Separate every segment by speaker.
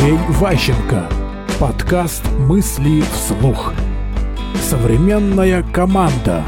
Speaker 1: Сергей Ващенко. Подкаст «Мысли вслух». Современная команда.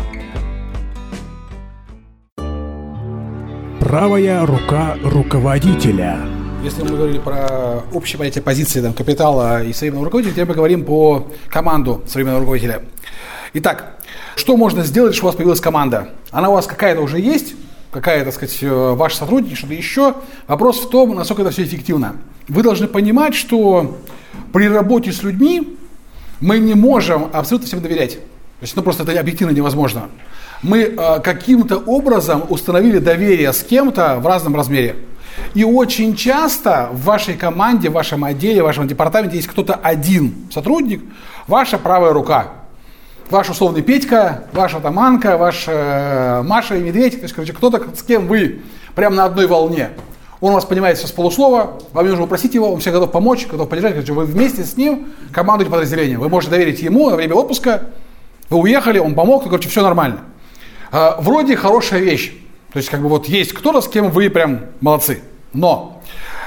Speaker 1: Правая рука руководителя.
Speaker 2: Если мы говорили про общее понятие позиции капитала и современного руководителя, теперь мы говорим по команду современного руководителя. Итак, что можно сделать, чтобы у вас появилась команда? Она у вас какая-то уже есть, какая-то, так сказать, ваши сотрудники, что-то еще. Вопрос в том, насколько это все эффективно. Вы должны понимать, что при работе с людьми мы не можем абсолютно всем доверять. То есть, просто это объективно невозможно. Мы каким-то образом установили доверие с кем-то в разном размере. И очень часто в вашей команде, в вашем отделе, в вашем департаменте есть кто-то один сотрудник, ваша правая рука. Ваш условный Петька, ваша Таманка, ваша Маша и Медведь. То есть, кто-то, с кем вы прямо на одной волне. Он вас понимает все с полуслова, вам не нужно попросить его, он всегда готов помочь, готов поддержать. Вы вместе с ним командуете подразделением. Вы можете доверить ему на время отпуска, вы уехали, он помог, все нормально. Вроде хорошая вещь. То есть, есть кто-то, с кем вы прям молодцы. Но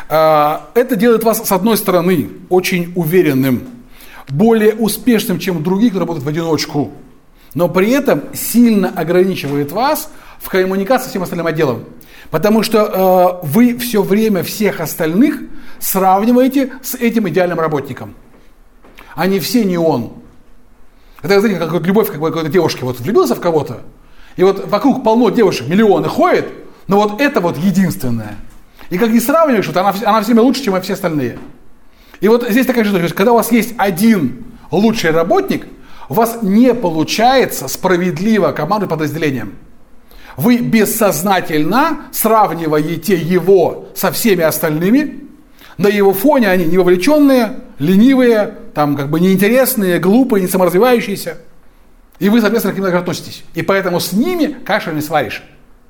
Speaker 2: это делает вас, с одной стороны, очень уверенным, более успешным, чем другие, кто работает в одиночку. Но при этом сильно ограничивает вас в коммуникации с всем остальным отделом. Потому что вы все время всех остальных сравниваете с этим идеальным работником. Они все не он. Это, знаете, как любовь какой-то девушки. Влюбился в кого-то, и вокруг полно девушек, миллионы ходят, но это единственное. И как не сравниваешь, она всеми лучше, чем все остальные. И здесь такая же история. Когда у вас есть один лучший работник, у вас не получается справедливо командовать подразделением. Вы бессознательно сравниваете его со всеми остальными. На его фоне они невовлеченные, ленивые, неинтересные, глупые, не саморазвивающиеся. И вы, соответственно, к ним относитесь. И поэтому с ними кашу не сваришь.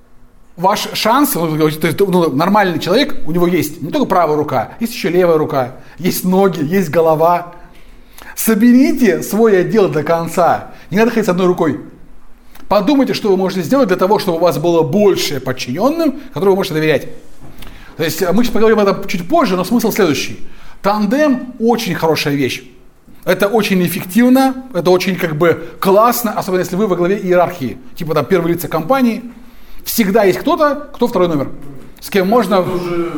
Speaker 2: Ваш шанс, нормальный человек, у него есть не только правая рука, есть еще левая рука, есть ноги, есть голова. Соберите свой отдел до конца. Не надо ходить с одной рукой. Подумайте, что вы можете сделать для того, чтобы у вас было больше подчиненным, которым вы можете доверять. То есть мы сейчас поговорим об этом чуть позже, но смысл следующий. Тандем очень хорошая вещь. Это очень эффективно, это очень классно, особенно если вы во главе иерархии. Первые лица компании. Всегда есть кто-то, кто второй номер. С кем можно...
Speaker 3: Это уже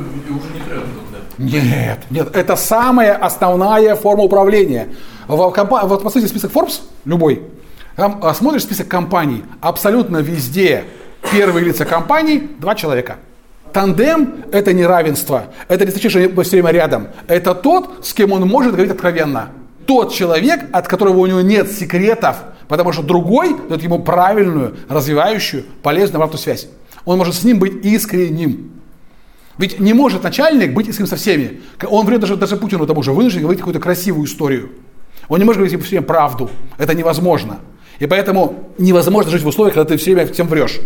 Speaker 3: не тренд,
Speaker 2: Нет, это самая основная форма управления. Посмотрите список Forbes, любой. Там смотришь список компаний, абсолютно везде первые лица компаний 2 человека. Тандем – это не равенство, это не значит, что они все время рядом. Это тот, с кем он может говорить откровенно. Тот человек, от которого у него нет секретов, потому что другой дает ему правильную, развивающую, полезную обратную связь. Он может с ним быть искренним. Ведь не может начальник быть искренним со всеми. Он врет даже Путину тому же, вынужден говорить какую-то красивую историю. Он не может говорить все время правду. Это невозможно. И поэтому невозможно жить в условиях, когда ты все время всем врешь.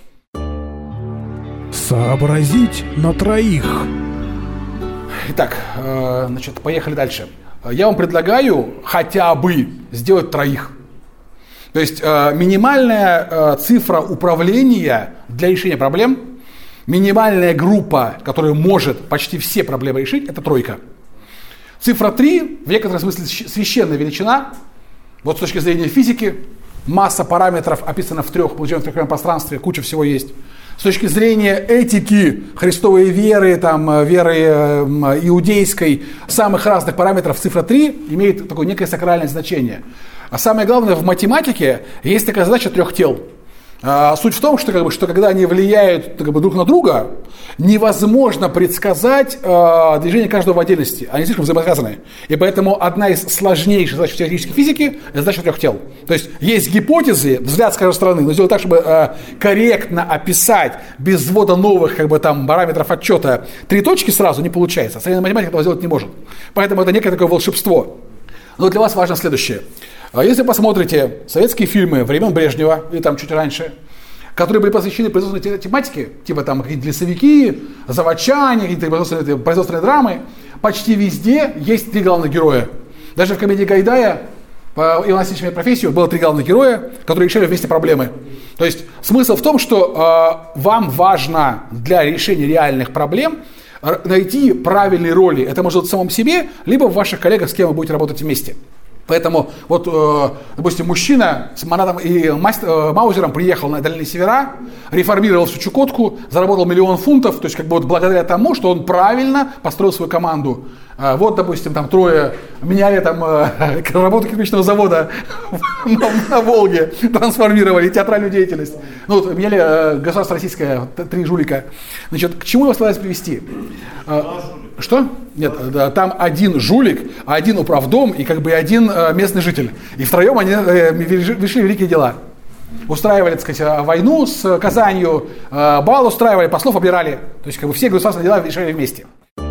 Speaker 1: Сообразить на троих.
Speaker 2: Итак, поехали дальше. Я вам предлагаю хотя бы сделать 3. То есть минимальная цифра управления для решения проблем, минимальная группа, которая может почти все проблемы решить, это 3. Цифра 3 в некотором смысле священная величина. С точки зрения физики, масса параметров описана в 3 трехмерном пространстве, куча всего есть. С точки зрения этики, христовой веры, веры иудейской, самых разных параметров, цифра 3 имеет такое некое сакральное значение. А самое главное, в математике есть такая задача 3 тел. Суть в том, что когда они влияют друг на друга, невозможно предсказать движение каждого в отдельности. Они слишком взаимосвязаны. И поэтому одна из сложнейших задач в теоретической физике – это задача 3 тел. То есть гипотезы, взгляд с каждой стороны, но сделать так, чтобы корректно описать без ввода новых параметров отчета 3 точки сразу не получается. Современная математика этого сделать не может. Поэтому это некое такое волшебство. Но для вас важно следующее. Если посмотрите советские фильмы времен Брежнева, или чуть раньше, которые были посвящены производственной тематике, какие-то лесовики, заводчане, какие-то производственные драмы, почти везде есть 3 главных героя. Даже в комедии Гайдая «Иван Васильевич меняет профессию» было 3 главных героя, которые решали вместе проблемы. То есть смысл в том, что вам важно для решения реальных проблем найти правильные роли. Это может быть в самом себе, либо в ваших коллегах, с кем вы будете работать вместе. Поэтому, вот, допустим, мужчина с Манатом и Маузером приехал на дальние севера, реформировал всю Чукотку, заработал 1 000 000 фунтов, то есть, как бы, вот, благодаря тому, что он правильно построил свою команду. Вот, допустим, там 3 меняли там работу кирпичного завода на Волге, трансформировали театральную деятельность. Ну, вот, меняли государство российское, 3 жулика. Значит, к чему я вас пытаюсь привести? Что? Нет, да, там 1 жулик, 1 управдом и как бы 1 местный житель. И втроем они решили великие дела. Устраивали, так сказать, войну с Казанью, бал устраивали, послов обирали. То есть как бы все государственные дела решали вместе.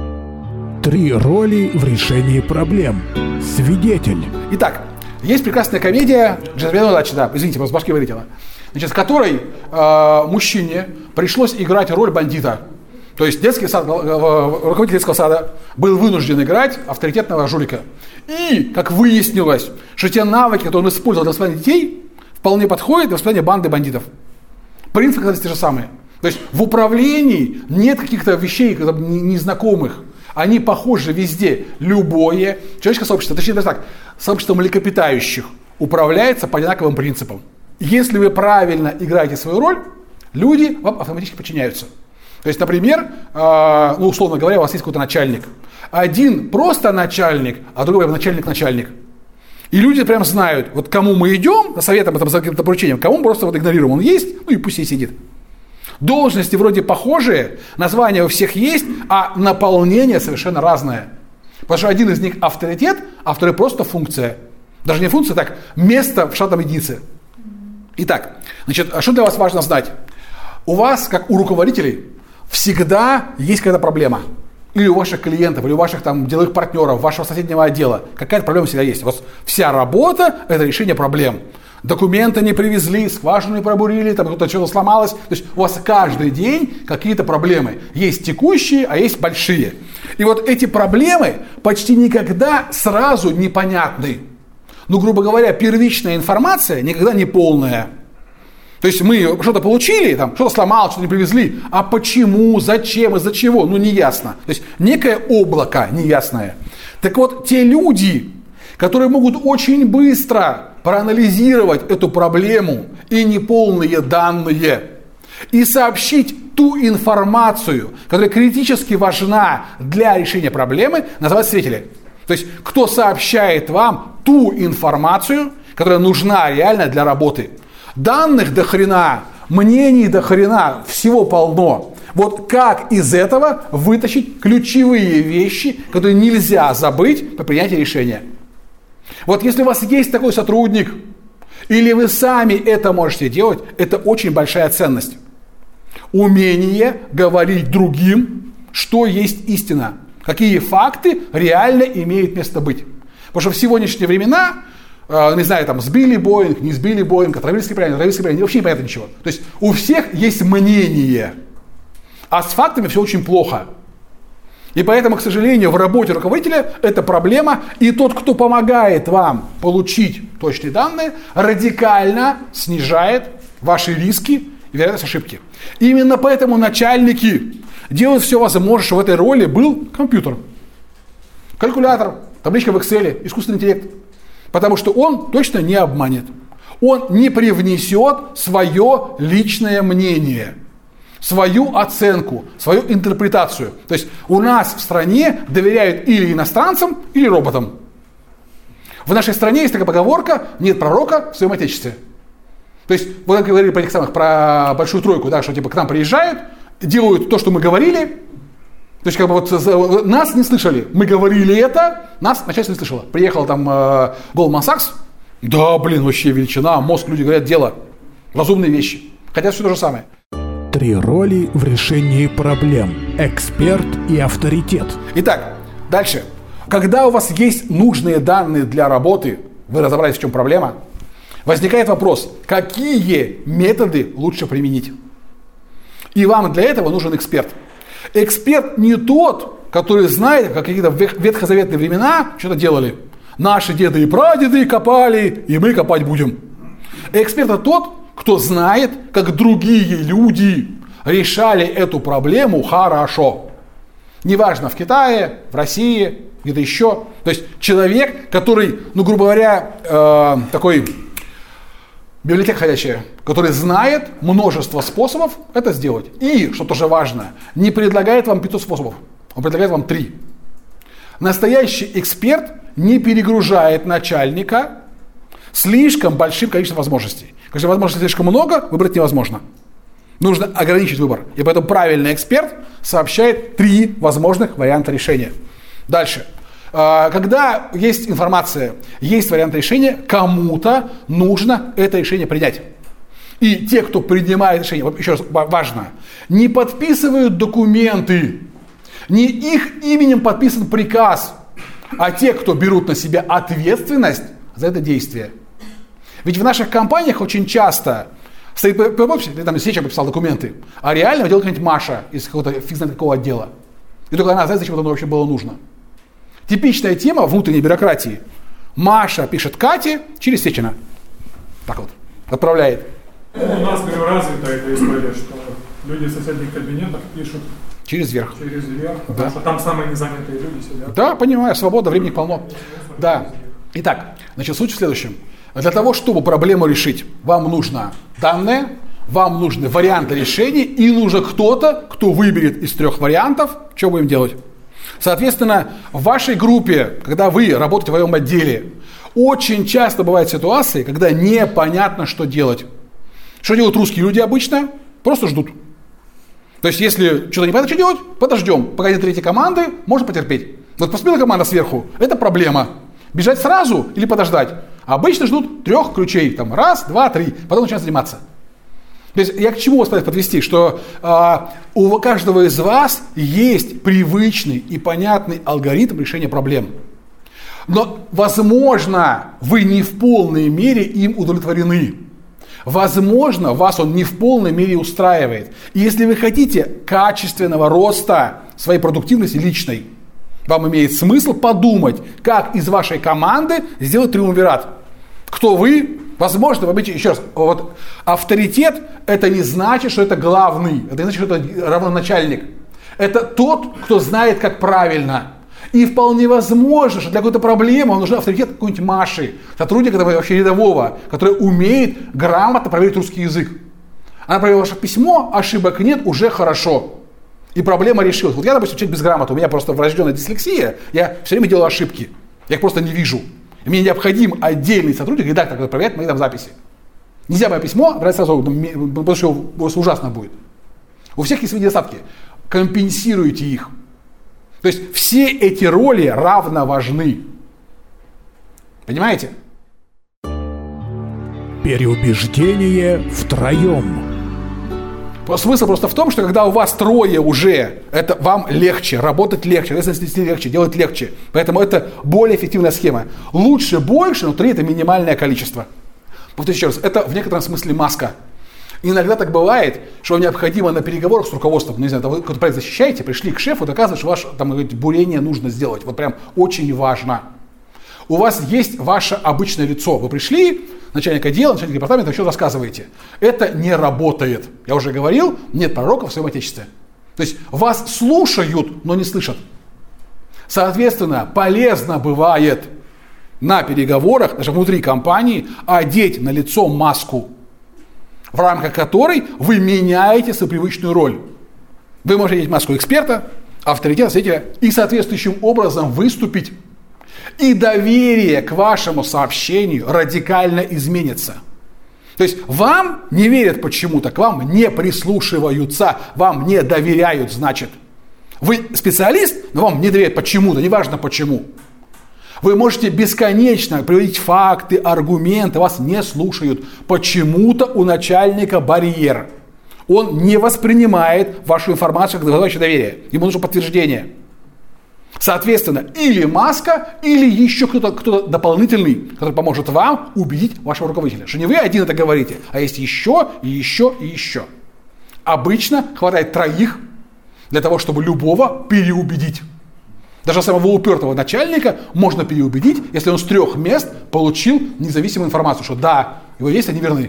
Speaker 1: 3 роли в решении проблем. Свидетель.
Speaker 2: Итак, есть прекрасная комедия «Джентльмены удачи», да, извините, просто с башки вылетело. Значит, в которой мужчине пришлось играть роль бандита. То есть детский сад, руководитель детского сада был вынужден играть авторитетного жулика. И, как выяснилось, что те навыки, которые он использовал для воспитания детей, вполне подходят для воспитания банды бандитов. Принципы, кстати, те же самые. То есть в управлении нет каких-то вещей незнакомых. Они похожи везде. Любое человеческое сообщество, точнее даже так, сообщество млекопитающих управляется по одинаковым принципам. Если вы правильно играете свою роль, люди вам автоматически подчиняются. То есть, например, ну, условно говоря, у вас есть какой-то начальник. Один просто начальник, а другой начальник-начальник. И люди прям знают, вот кому мы идем, за советом, за каким-то поручением, кому мы просто вот игнорируем. Он есть, ну и пусть и сидит. Должности вроде похожие, названия у всех есть, а наполнение совершенно разное. Потому что один из них авторитет, а второй просто функция. Даже не функция, так, место в штатном единице. Итак, значит, что для вас важно знать? У вас, как у руководителей, всегда есть какая-то проблема. Или у ваших клиентов, или у ваших там деловых партнеров, вашего соседнего отдела. Какая-то проблема всегда есть. Вот вся работа – это решение проблем. Документы не привезли, скважину не пробурили, там кто-то что-то сломалось. То есть у вас каждый день какие-то проблемы. Есть текущие, а есть большие. И вот эти проблемы почти никогда сразу непонятны. Ну, грубо говоря, первичная информация никогда не полная. То есть мы что-то получили, там, что-то сломалось, что-то не привезли, а почему, зачем, из-за чего, ну не ясно. То есть некое облако неясное. Так вот, те люди, которые могут очень быстро проанализировать эту проблему и неполные данные, и сообщить ту информацию, которая критически важна для решения проблемы, называют свидетели. То есть кто сообщает вам ту информацию, которая нужна реально для работы. Данных до хрена, мнений до хрена, всего полно. Вот как из этого вытащить ключевые вещи, которые нельзя забыть по принятию решения. Вот если у вас есть такой сотрудник, или вы сами это можете делать, это очень большая ценность. Умение говорить другим, что есть истина, какие факты реально имеют место быть. Потому что в сегодняшние времена, не знаю, там, сбили Боинг, не сбили Боинг, отравили скрипрянин, вообще не понятно ничего. То есть у всех есть мнение, а с фактами все очень плохо. И поэтому, к сожалению, в работе руководителя это проблема, и тот, кто помогает вам получить точные данные, радикально снижает ваши риски и вероятность ошибки. Именно поэтому начальники делают все возможное, чтобы в этой роли был компьютер, калькулятор, табличка в Excel, искусственный интеллект. Потому что он точно не обманет. Он не привнесет свое личное мнение, свою оценку, свою интерпретацию. То есть у нас в стране доверяют или иностранцам, или роботам. В нашей стране есть такая поговорка: нет пророка в своем отечестве. То есть, вот как говорили про этих самых, про большую тройку, да, что типа к нам приезжают, делают то, что мы говорили. То есть, как бы вот нас не слышали. Мы говорили это, нас начальство не слышало. Приехал там Goldman Sachs. Да, блин, вообще величина, мозг, люди говорят, дело. Разумные вещи. Хотя все то же самое.
Speaker 1: 3 роли в решении проблем. Эксперт и авторитет.
Speaker 2: Итак, дальше. Когда у вас есть нужные данные для работы, вы разобрались, в чем проблема, возникает вопрос, какие методы лучше применить. И вам для этого нужен эксперт. Эксперт не тот, который знает, как какие-то ветхозаветные времена что-то делали. Наши деды и прадеды копали, и мы копать будем. Эксперт это тот, кто знает, как другие люди решали эту проблему хорошо. Неважно, в Китае, в России, где-то еще. То есть человек, который, грубо говоря, такой библиотека ходячая, который знает множество способов это сделать. И, что тоже важно, не предлагает вам 500 способов, он предлагает вам 3. Настоящий эксперт не перегружает начальника слишком большим количеством возможностей. Когда возможностей слишком много, выбрать невозможно. Нужно ограничить выбор. И поэтому правильный эксперт сообщает 3 возможных варианта решения. Дальше. Когда есть информация, есть вариант решения, кому-то нужно это решение принять. И те, кто принимает решение, еще раз важно, не подписывают документы, не их именем подписан приказ, а те, кто берут на себя ответственность за это действие. Ведь в наших компаниях очень часто стоит подпись, там Сеча подписал документы, а реально делает какая-нибудь Маша из какого-то фиг знает какого отдела. И только она знает, зачем это вообще было нужно. Типичная тема внутренней бюрократии. Маша пишет Кате через Сечина. Так вот, отправляет.
Speaker 4: У нас, говорю, развита эта история, что люди в соседних кабинетах пишут
Speaker 2: через верх.
Speaker 4: Потому что там самые незанятые люди сидят.
Speaker 2: Да, понимаю, свобода, времени полно. Да. Итак, суть в следующем. Для того, чтобы проблему решить, вам нужно данные, вам нужны варианты решений, и нужен кто-то, кто выберет из 3 вариантов, что будем делать. Соответственно, в вашей группе, когда вы работаете в своем отделе, очень часто бывают ситуации, когда непонятно, что делать. Что делают русские люди обычно? Просто ждут. То есть, если что-то непонятно, что делать, подождем. Пока нет 3 команды, можно потерпеть. Вот поступила команда сверху, это проблема. Бежать сразу или подождать? Обычно ждут 3 ключей. Там 1, 2, 3. Потом начинают заниматься. То есть я к чему вас пытаюсь подвести? Что у каждого из вас есть привычный и понятный алгоритм решения проблем. Но, возможно, вы не в полной мере им удовлетворены. Возможно, вас он не в полной мере устраивает. И если вы хотите качественного роста своей продуктивности личной, вам имеет смысл подумать, как из вашей команды сделать триумвират. Кто вы? Возможно, вы будете, еще раз, вот авторитет это не значит, что это главный, это не значит, что это равноначальник. Это тот, кто знает, как правильно. И вполне возможно, что для какой-то проблемы вам нужен авторитет какой-нибудь Маши, сотрудника вообще рядового, который умеет грамотно проверить русский язык. Она проверила ваше письмо, ошибок нет, уже хорошо. И проблема решилась. Вот я, допустим, человек без грамоты, у меня просто врожденная дислексия, я все время делаю ошибки, я их просто не вижу. И мне необходим отдельный сотрудник, редактор, который проверяет мои там записи. Нельзя мое письмо отправить сразу, потому что у вас ужасно будет. У всех есть свои недостатки. Компенсируйте их. То есть все эти роли равно важны. Понимаете?
Speaker 1: Переубеждение втроем.
Speaker 2: Смысл просто в том, что когда у вас 3 уже, это вам легче, работать легче, ответственность легче, делать легче. Поэтому это более эффективная схема. Лучше больше, но 3 это минимальное количество. Повторюсь еще раз, это в некотором смысле маска. Иногда так бывает, что вам необходимо на переговорах с руководством, не знаю, вы какой-то проект защищаете, пришли к шефу, доказывают, что ваше там, бурение нужно сделать. Вот прям очень важно. У вас есть ваше обычное лицо. Вы пришли, начальник отдела, начальник департамента, все рассказываете. Это не работает. Я уже говорил, нет пророков в своем отечестве. То есть вас слушают, но не слышат. Соответственно, полезно бывает на переговорах, даже внутри компании, одеть на лицо маску, в рамках которой вы меняете свою привычную роль. Вы можете одеть маску эксперта, авторитета, свидетеля и соответствующим образом выступить. И доверие к вашему сообщению радикально изменится. То есть вам не верят почему-то, к вам не прислушиваются, вам не доверяют, значит. Вы специалист, но вам не доверяют почему-то, неважно почему. Вы можете бесконечно приводить факты, аргументы, вас не слушают. Почему-то у начальника барьер. Он не воспринимает вашу информацию как вызывающее доверие. Ему нужно подтверждение. Соответственно, или маска, или еще кто-то дополнительный, который поможет вам убедить вашего руководителя. Что не вы один это говорите, а есть еще, и еще, и еще. Обычно хватает 3 для того, чтобы любого переубедить. Даже самого упертого начальника можно переубедить, если он с 3 мест получил независимую информацию, что да, его действия не верны.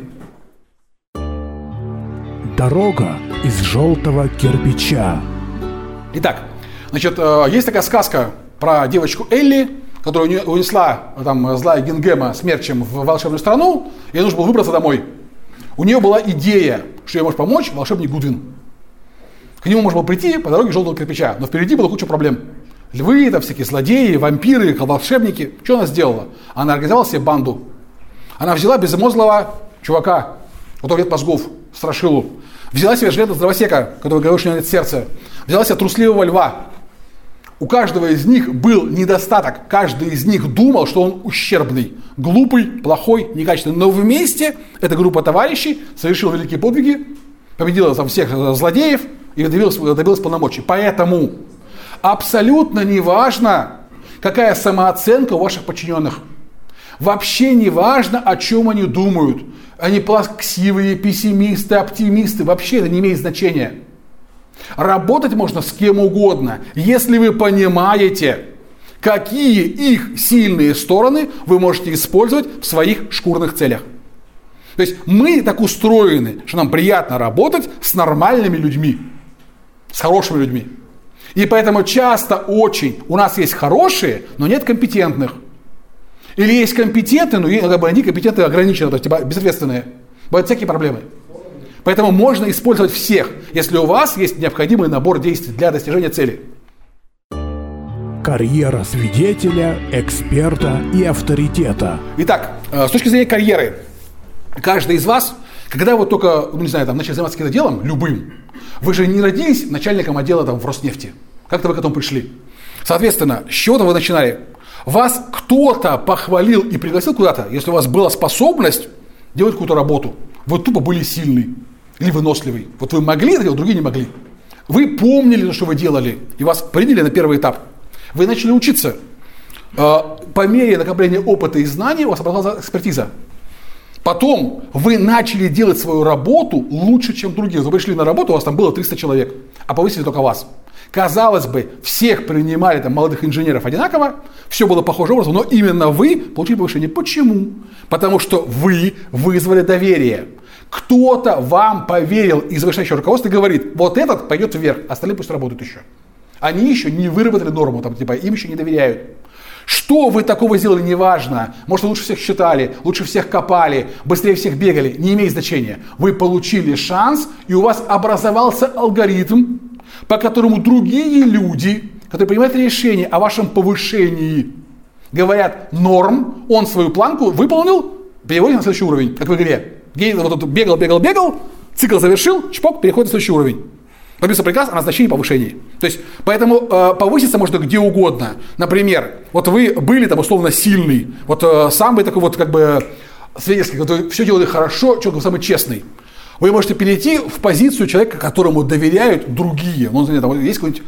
Speaker 1: Дорога из желтого кирпича.
Speaker 2: Итак, Значит, есть такая сказка про девочку Элли, которая унесла там злая Гингема смерчем в волшебную страну, и ей нужно было выбраться домой. У нее была идея, что ей может помочь волшебник Гудвин. К нему можно было прийти по дороге желтого кирпича, но впереди было куча проблем. Львы, там всякие злодеи, вампиры, волшебники. Что она сделала? Она организовала себе банду. Она взяла безмозглого чувака, у которого нет мозгов, страшилу. Взяла себе железного дровосека, который говорил, что у него нет сердца. Взяла себе трусливого льва. У каждого из них был недостаток. Каждый из них думал, что он ущербный, глупый, плохой, некачественный. Но вместе эта группа товарищей совершила великие подвиги, победила там всех злодеев и добилась полномочий. Поэтому абсолютно не важно, какая самооценка у ваших подчиненных. Вообще не важно, о чем они думают. Они плаксивые, пессимисты, оптимисты. Вообще это не имеет значения. Работать можно с кем угодно, если вы понимаете, какие их сильные стороны вы можете использовать в своих шкурных целях. То есть мы так устроены, что нам приятно работать с нормальными людьми, с хорошими людьми. И поэтому часто очень у нас есть хорошие, но нет компетентных. Или есть компетентные, но они компетентны ограниченно, то есть безответственные. Бывают всякие проблемы. Поэтому можно использовать всех, если у вас есть необходимый набор действий для достижения цели.
Speaker 1: Карьера свидетеля, эксперта и авторитета.
Speaker 2: Итак, с точки зрения карьеры, каждый из вас, когда вы только, начали заниматься каким-то делом, любым, вы же не родились начальником отдела в Роснефти. Как-то вы к этому пришли. Соответственно, с чего-то вы начинали. Вас кто-то похвалил и пригласил куда-то, если у вас была способность делать какую-то работу. Вы тупо были сильный или выносливый. Вот вы могли это делать, другие не могли. Вы помнили, что вы делали, и вас приняли на первый этап. Вы начали учиться. По мере накопления опыта и знаний у вас образовалась экспертиза. Потом вы начали делать свою работу лучше, чем другие. Вы пришли на работу, у вас там было 300 человек, а повысили только вас. Казалось бы, всех принимали молодых инженеров одинаково, все было похожим образом, но именно вы получили повышение. Почему? Потому что вы вызвали доверие. Кто-то вам поверил из вышестоящего руководства и говорит, вот этот пойдет вверх, остальные пусть работают еще. Они еще не выработали норму, им еще не доверяют. Что вы такого сделали, неважно. Может, вы лучше всех считали, лучше всех копали, быстрее всех бегали, не имеет значения. Вы получили шанс, и у вас образовался алгоритм, по которому другие люди, которые принимают решение о вашем повышении, говорят норм, он свою планку выполнил, переводит на следующий уровень, как в игре. Вот тут бегал, цикл завершил, чпок, переходит на следующий уровень. Подписывается приказ о назначении повышений. То есть, поэтому повыситься можно где угодно. Например, вот вы были условно сильный, самый такой свидетельский, который все делали хорошо, человек самый честный. Вы можете перейти в позицию человека, которому доверяют другие. Есть какая-нибудь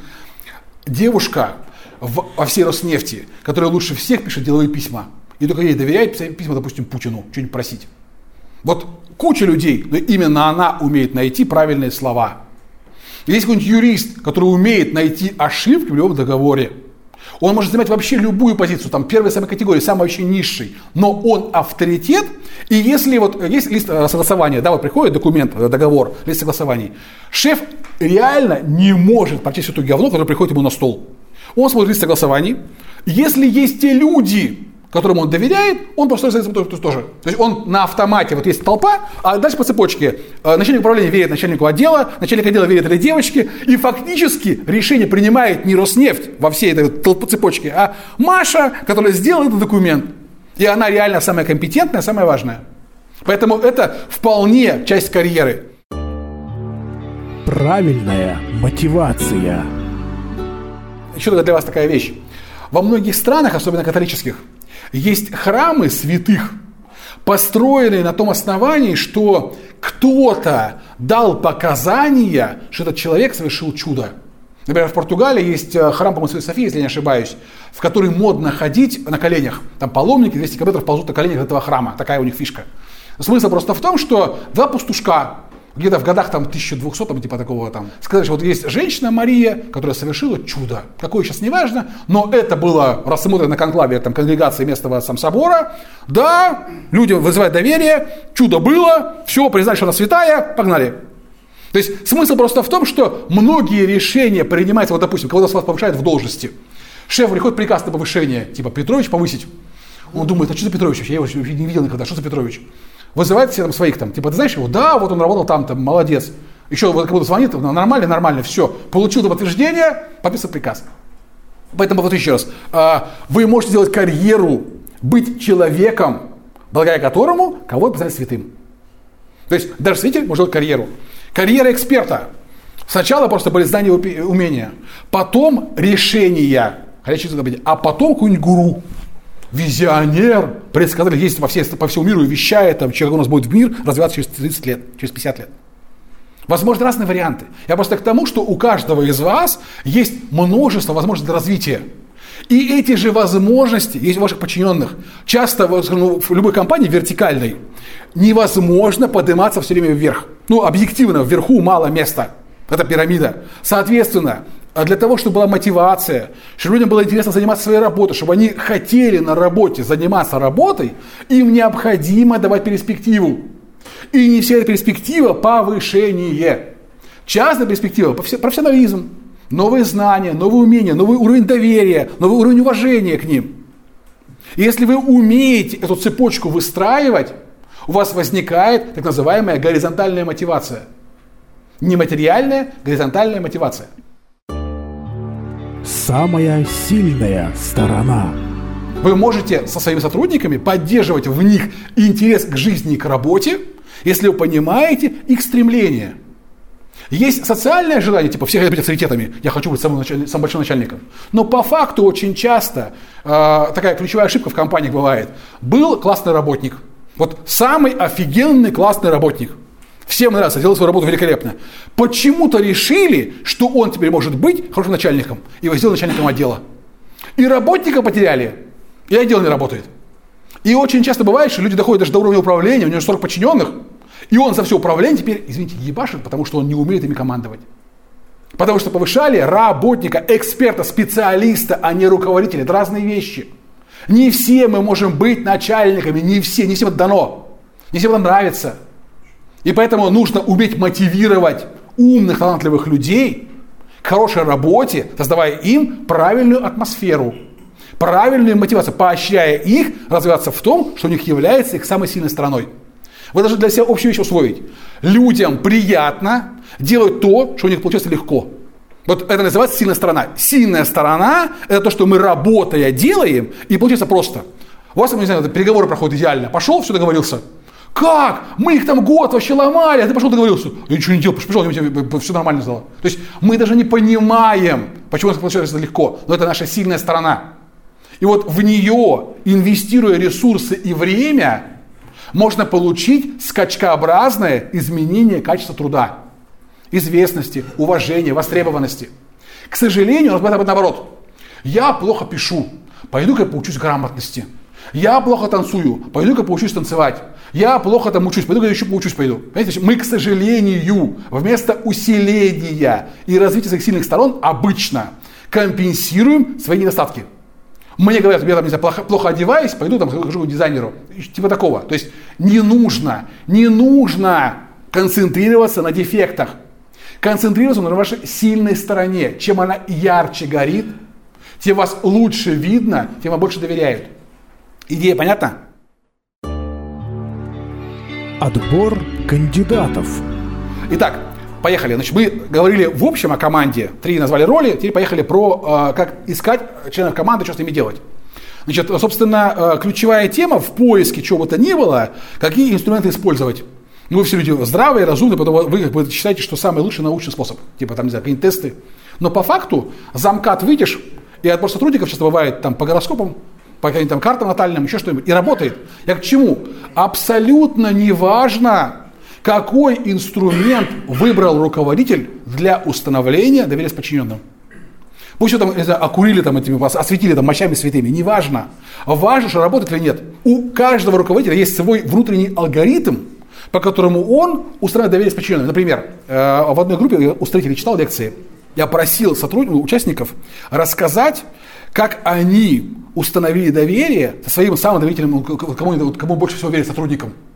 Speaker 2: девушка во всей Роснефти, которая лучше всех пишет деловые письма. И только ей доверяют писать письма, допустим, Путину, что-нибудь просить. Вот куча людей, но именно она умеет найти правильные слова. Есть какой-нибудь юрист, который умеет найти ошибки в любом договоре. Он может занимать вообще любую позицию, первой самой категории, самой вообще низшей, но он авторитет, и если есть лист согласования, приходит документ, договор, лист согласований, шеф реально не может прочесть все то говно, которое приходит ему на стол. Он смотрит лист согласований, если есть те люди, которым он доверяет, он просто за этим тоже. То есть он на автомате, есть толпа, а дальше по цепочке. Начальник управления верит начальнику отдела, начальник отдела верит этой девочке, и фактически решение принимает не Роснефть во всей этой цепочке, а Маша, которая сделала этот документ. И она реально самая компетентная, самая важная. Поэтому это вполне часть карьеры.
Speaker 1: Правильная мотивация.
Speaker 2: Еще для вас такая вещь. Во многих странах, особенно католических, есть храмы святых, построенные на том основании, что кто-то дал показания, что этот человек совершил чудо. Например, в Португалии есть храм, по-моему, Святой Софии, если я не ошибаюсь, в который модно ходить на коленях. Там паломники 200 километров ползут на коленях этого храма. Такая у них фишка. Смысл просто в том, что два пастушка, где-то в годах 1200, типа такого сказали, что есть женщина Мария, которая совершила чудо. Какое сейчас не важно, но это было рассмотрено на конклаве конгрегации местного собора. Да, людям вызывает доверие, чудо было, все, признали, что она святая, погнали. То есть смысл просто в том, что многие решения принимаются, вот допустим, кого-то с вас повышают в должности. Шеф приходит приказ на повышение, типа Петрович повысить. Он думает, а что за Петрович вообще? Я его не видел никогда, что за Петрович? Вызывает все там своих там, типа, ты знаешь его? Да, вот он работал там, молодец. Еще вот кому-то звонит, нормально, все. Получил это подтверждение, подписывает приказ. Поэтому вот еще раз, вы можете сделать карьеру, быть человеком, благодаря которому кого-то признать святым. То есть даже святитель может делать карьеру. Карьера эксперта. Сначала просто были знания и умения, потом решения, а потом какой-нибудь гуру, визионер, предсказатель, есть по всему миру и вещает, там, человек у нас будет в мир развиваться через 30 лет, через 50 лет. Возможно, разные варианты. Я просто к тому, что у каждого из вас есть множество возможностей для развития. И эти же возможности есть у ваших подчиненных. Часто в любой компании вертикальной невозможно подниматься все время вверх. Объективно, вверху мало места. Это пирамида. Соответственно, для того, чтобы была мотивация, чтобы людям было интересно заниматься своей работой, чтобы они хотели на работе заниматься работой, им необходимо давать перспективу. И не вся эта перспектива – повышение. Частная перспектива – профессионализм, новые знания, новые умения, новый уровень доверия, новый уровень уважения к ним. И если вы умеете эту цепочку выстраивать, у вас возникает так называемая горизонтальная мотивация. Нематериальная, горизонтальная мотивация.
Speaker 1: Самая сильная сторона.
Speaker 2: Вы можете со своими сотрудниками поддерживать в них интерес к жизни и к работе, если вы понимаете их стремление. Есть социальное желание, типа все хотят быть авторитетами, я хочу быть самым большим начальником. Но по факту очень часто такая ключевая ошибка в компаниях бывает. Был классный работник, вот самый офигенный классный работник. Всем нравится, делает свою работу великолепно. Почему-то решили, что он теперь может быть хорошим начальником, и его сделали начальником отдела. И работника потеряли, и отдел не работает. И очень часто бывает, что люди доходят даже до уровня управления, у него 40 подчиненных, и он за все управление теперь, извините, ебашит, потому что он не умеет ими командовать. Потому что повышали работника, эксперта, специалиста, а не руководителя. Это разные вещи. Не все мы можем быть начальниками, не всем это дано, не всем это нравится. И поэтому нужно уметь мотивировать умных, талантливых людей к хорошей работе, создавая им правильную атмосферу, правильную мотивацию, поощряя их развиваться в том, что у них является их самой сильной стороной. Вы должны для себя общую вещь усвоить. Людям приятно делать то, что у них получается легко. Вот это называется сильная сторона. Сильная сторона – это то, что мы работая делаем, и получается просто. У вас, не знаю, переговоры проходят идеально. Пошел, все договорился. Как? Мы их там год вообще ломали, а ты пошел договорился. Я ничего не делал, пошел, все нормально стало. То есть мы даже не понимаем, почему это получается легко. Но это наша сильная сторона. И вот в нее, инвестируя ресурсы и время, можно получить скачкообразное изменение качества труда. Известности, уважения, востребованности. К сожалению, у нас бывает наоборот. Я плохо пишу, пойду-ка я поучусь грамотности. Я плохо танцую, пойду-ка поучусь танцевать. Я плохо там учусь, пойду-ка еще поучусь пойду. Понимаете, мы, к сожалению, вместо усиления и развития своих сильных сторон обычно компенсируем свои недостатки. Мне говорят, я там, не знаю, плохо одеваюсь, пойду там хожу к дизайнеру. Типа такого. То есть не нужно концентрироваться на дефектах. Концентрироваться на вашей сильной стороне. Чем она ярче горит, тем вас лучше видно, тем вам больше доверяют. Идея понятна?
Speaker 1: Отбор кандидатов.
Speaker 2: Итак, поехали. Значит, мы говорили в общем о команде, 3 назвали роли, теперь поехали про как искать членов команды, что с ними делать. Значит, собственно, ключевая тема в поиске чего бы то ни было, какие инструменты использовать. Вы все люди здравые, разумные, потом вы считаете, что самый лучший научный способ. Типа там, не знаю, какие-нибудь тесты. Но по факту замкат выйдешь, и отбор сотрудников часто бывает там по гороскопам, по каким-то там картам натальным, еще что-нибудь, и работает. Я к чему? Абсолютно неважно, какой инструмент выбрал руководитель для установления доверия с подчиненным. Пусть его там, не знаю, окурили там этими, осветили там мощами святыми, неважно. Важно, что работает или нет. У каждого руководителя есть свой внутренний алгоритм, по которому он устанавливает доверие с подчиненным. Например, в одной группе я у строителей читал лекции. Я просил участников рассказать, как они установили доверие со своим самым доверительным, кому больше всего верят сотрудникам.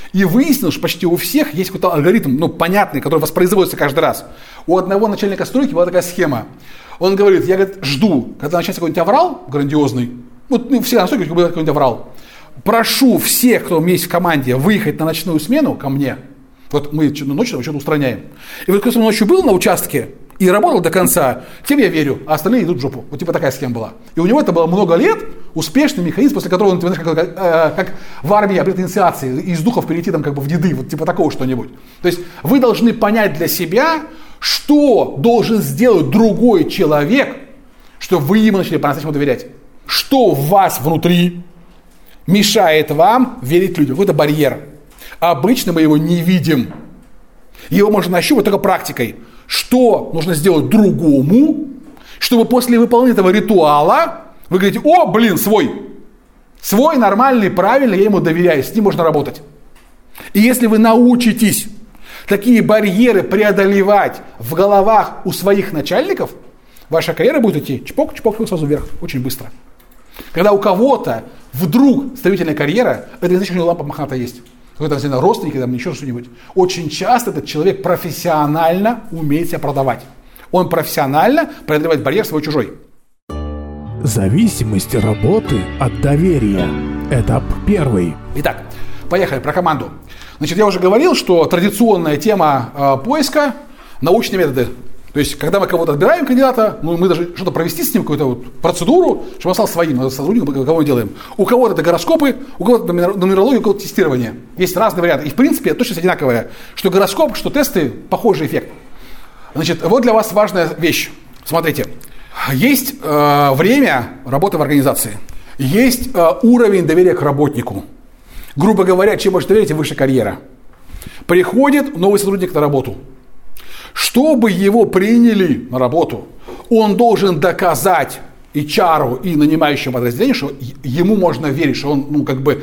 Speaker 2: И выяснилось, что почти у всех есть какой-то алгоритм, понятный, который воспроизводится каждый раз. У одного начальника стройки была такая схема. Он говорит, я жду, когда начнется какой-нибудь аврал грандиозный, всегда на стройке будет какой-нибудь аврал. Прошу всех, кто есть в команде, выехать на ночную смену ко мне. Вот мы ночью что-то устраняем. И вот кто ночью был на участке и работал до конца, тем я верю, а остальные идут в жопу. Вот типа такая схема была. И у него это было много лет, успешный механизм, после которого он, как в армии обряд инициации, из духов перейти в деды, вот типа такого что-нибудь. То есть вы должны понять для себя, что должен сделать другой человек, чтобы вы ему начали по-настоящему доверять. Что в вас внутри мешает вам верить людям. Какой-то барьер. Обычно мы его не видим. Его можно нащупать только практикой. Что нужно сделать другому, чтобы после выполнения этого ритуала вы говорите, свой. Свой, нормальный, правильный, я ему доверяю, с ним можно работать. И если вы научитесь такие барьеры преодолевать в головах у своих начальников, ваша карьера будет идти чпок-чпок сразу вверх, очень быстро. Когда у кого-то вдруг строительная карьера, это не значит, что у него лампа мохнатая есть. Какой-то родственник, еще что-нибудь. Очень часто этот человек профессионально умеет себя продавать. Он профессионально преодолевает барьер свой-чужой.
Speaker 1: Зависимость работы от доверия. Этап 1.
Speaker 2: Итак, поехали про команду. Значит, я уже говорил, что традиционная тема поиска – научные методы. То есть, когда мы кого-то отбираем кандидата, мы должны что-то провести с ним, какую-то процедуру, чтобы он стал своим, сотрудником, кого мы делаем. У кого-то это гороскопы, у кого-то нумерология, у кого-то тестирование. Есть разные варианты. И в принципе точность одинаковая. Что гороскоп, что тесты, похожий эффект. Значит, вот для вас важная вещь. Смотрите. Есть время работы в организации. Есть уровень доверия к работнику. Грубо говоря, чем можешь доверить, выше карьера. Приходит новый сотрудник на работу. Чтобы его приняли на работу, он должен доказать HR и нанимающему подразделению, что ему можно верить, что он,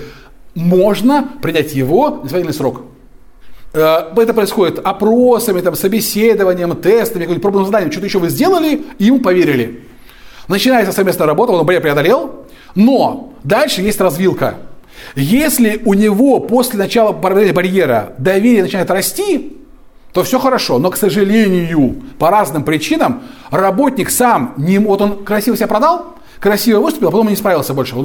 Speaker 2: можно принять его на исполнительный срок. Это происходит опросами, собеседованием, тестами, каким-нибудь пробным заданием, что-то еще вы сделали, и ему поверили. Начинается совместная работа, он барьер преодолел, но дальше есть развилка. Если у него после начала барьера доверие начинает расти, то все хорошо, но, к сожалению, по разным причинам работник сам, он красиво себя продал, красиво выступил, а потом не справился больше.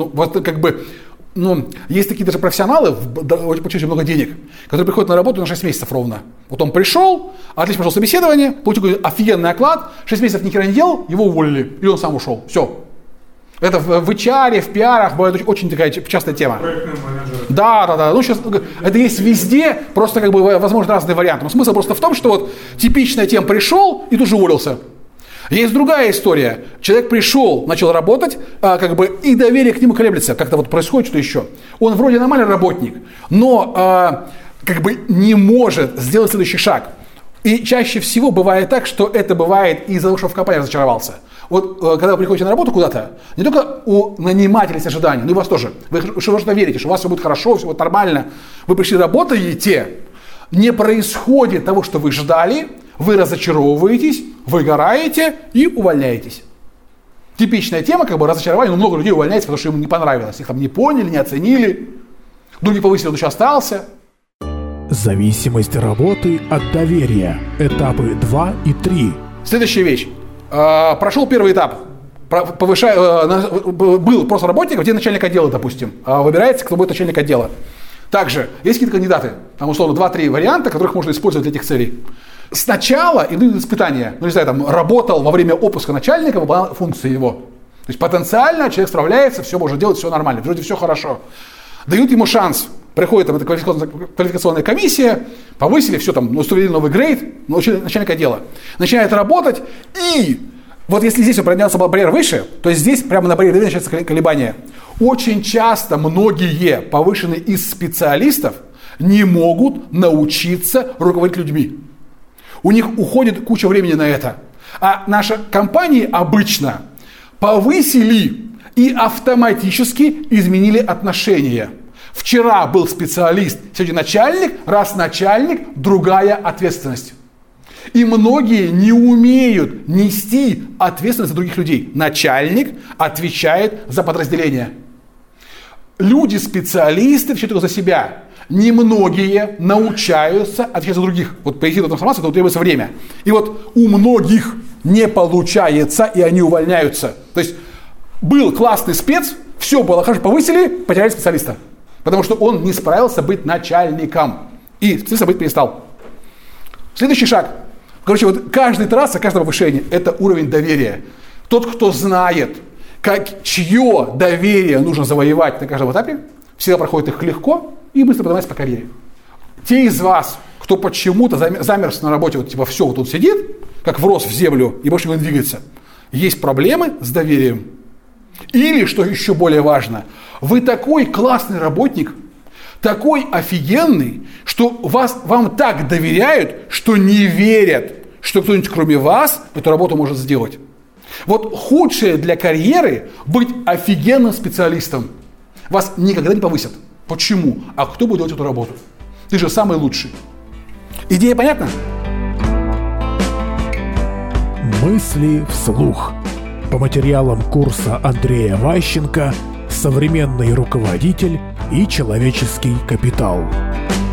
Speaker 2: Есть такие даже профессионалы, получившие много денег, которые приходят на работу на 6 месяцев ровно. Вот он пришел, отлично прошел собеседование, получил офигенный оклад, 6 месяцев ни хера не делал, его уволили, и он сам ушел. Все. Это в HR, в пиарах бывает очень такая частая тема. Да. Сейчас это есть везде, просто возможно разные варианты. Но смысл просто в том, что типичная тема пришел и тут же уволился. Есть другая история. Человек пришел, начал работать, и доверие к нему колеблется. Как-то происходит что-то еще. Он вроде нормальный работник, но не может сделать следующий шаг. И чаще всего бывает так, что это бывает из-за того, что в компании разочаровался. Когда вы приходите на работу куда-то, не только у нанимателя есть ожидания, но и у вас тоже. Вы что-то верите, что у вас все будет хорошо, все будет нормально. Вы пришли, работаете, не происходит того, что вы ждали, вы разочаровываетесь, выгораете и увольняетесь. Типичная тема, разочарование, но много людей увольняется, потому что им не понравилось. Их не поняли, не оценили, другие повысили, он еще остался.
Speaker 1: Зависимость работы от доверия. Этапы 2 и 3.
Speaker 2: Следующая вещь. Прошел первый этап. Был просто работник, где начальник отдела, допустим. Выбирается, кто будет начальник отдела. Также есть какие-то кандидаты. Там, условно, 2-3 варианта, которых можно использовать для этих целей. Сначала идут испытания. Работал во время отпуска начальника, выполнял функции его. То есть потенциально человек справляется, все может делать, все нормально. Вроде все хорошо. Дают ему шанс. Приходит эта квалификационная комиссия, повысили, все установили новый грейд, начальник отдела. Начинает работать, и если здесь поднялся барьер выше, то здесь прямо на барьере начинается колебание. Очень часто многие повышенные из специалистов не могут научиться руководить людьми. У них уходит куча времени на это. А наши компании обычно повысили и автоматически изменили отношения. Вчера был специалист, сегодня начальник, раз начальник, другая ответственность. И многие не умеют нести ответственность за других людей. Начальник отвечает за подразделение. Люди-специалисты отвечают только за себя. Немногие научаются отличать от других. Вот перейти от информации, это требуется время. И вот у многих не получается, и они увольняются. То есть был классный спец, все было хорошо, повысили, потеряли специалиста. Потому что он не справился быть начальником. И специалистом быть перестал. Следующий шаг. Короче, вот каждая трасса, каждое повышение – это уровень доверия. Тот, кто знает, чье доверие нужно завоевать на каждом этапе, всегда проходит их легко и быстро поднимается по карьере. Те из вас, кто почему-то замерз на работе, вот типа все, вот он сидит, как врос в землю и больше не двигается, есть проблемы с доверием. Или, что еще более важно, вы такой классный работник, такой офигенный, что вам так доверяют, что не верят, что кто-нибудь кроме вас эту работу может сделать. Вот худшее для карьеры быть офигенным специалистом. Вас никогда не повысят. Почему? А кто будет делать эту работу? Ты же самый лучший. Идея понятна?
Speaker 1: Мысли вслух. По материалам курса Андрея Ващенко «Современный руководитель и человеческий капитал».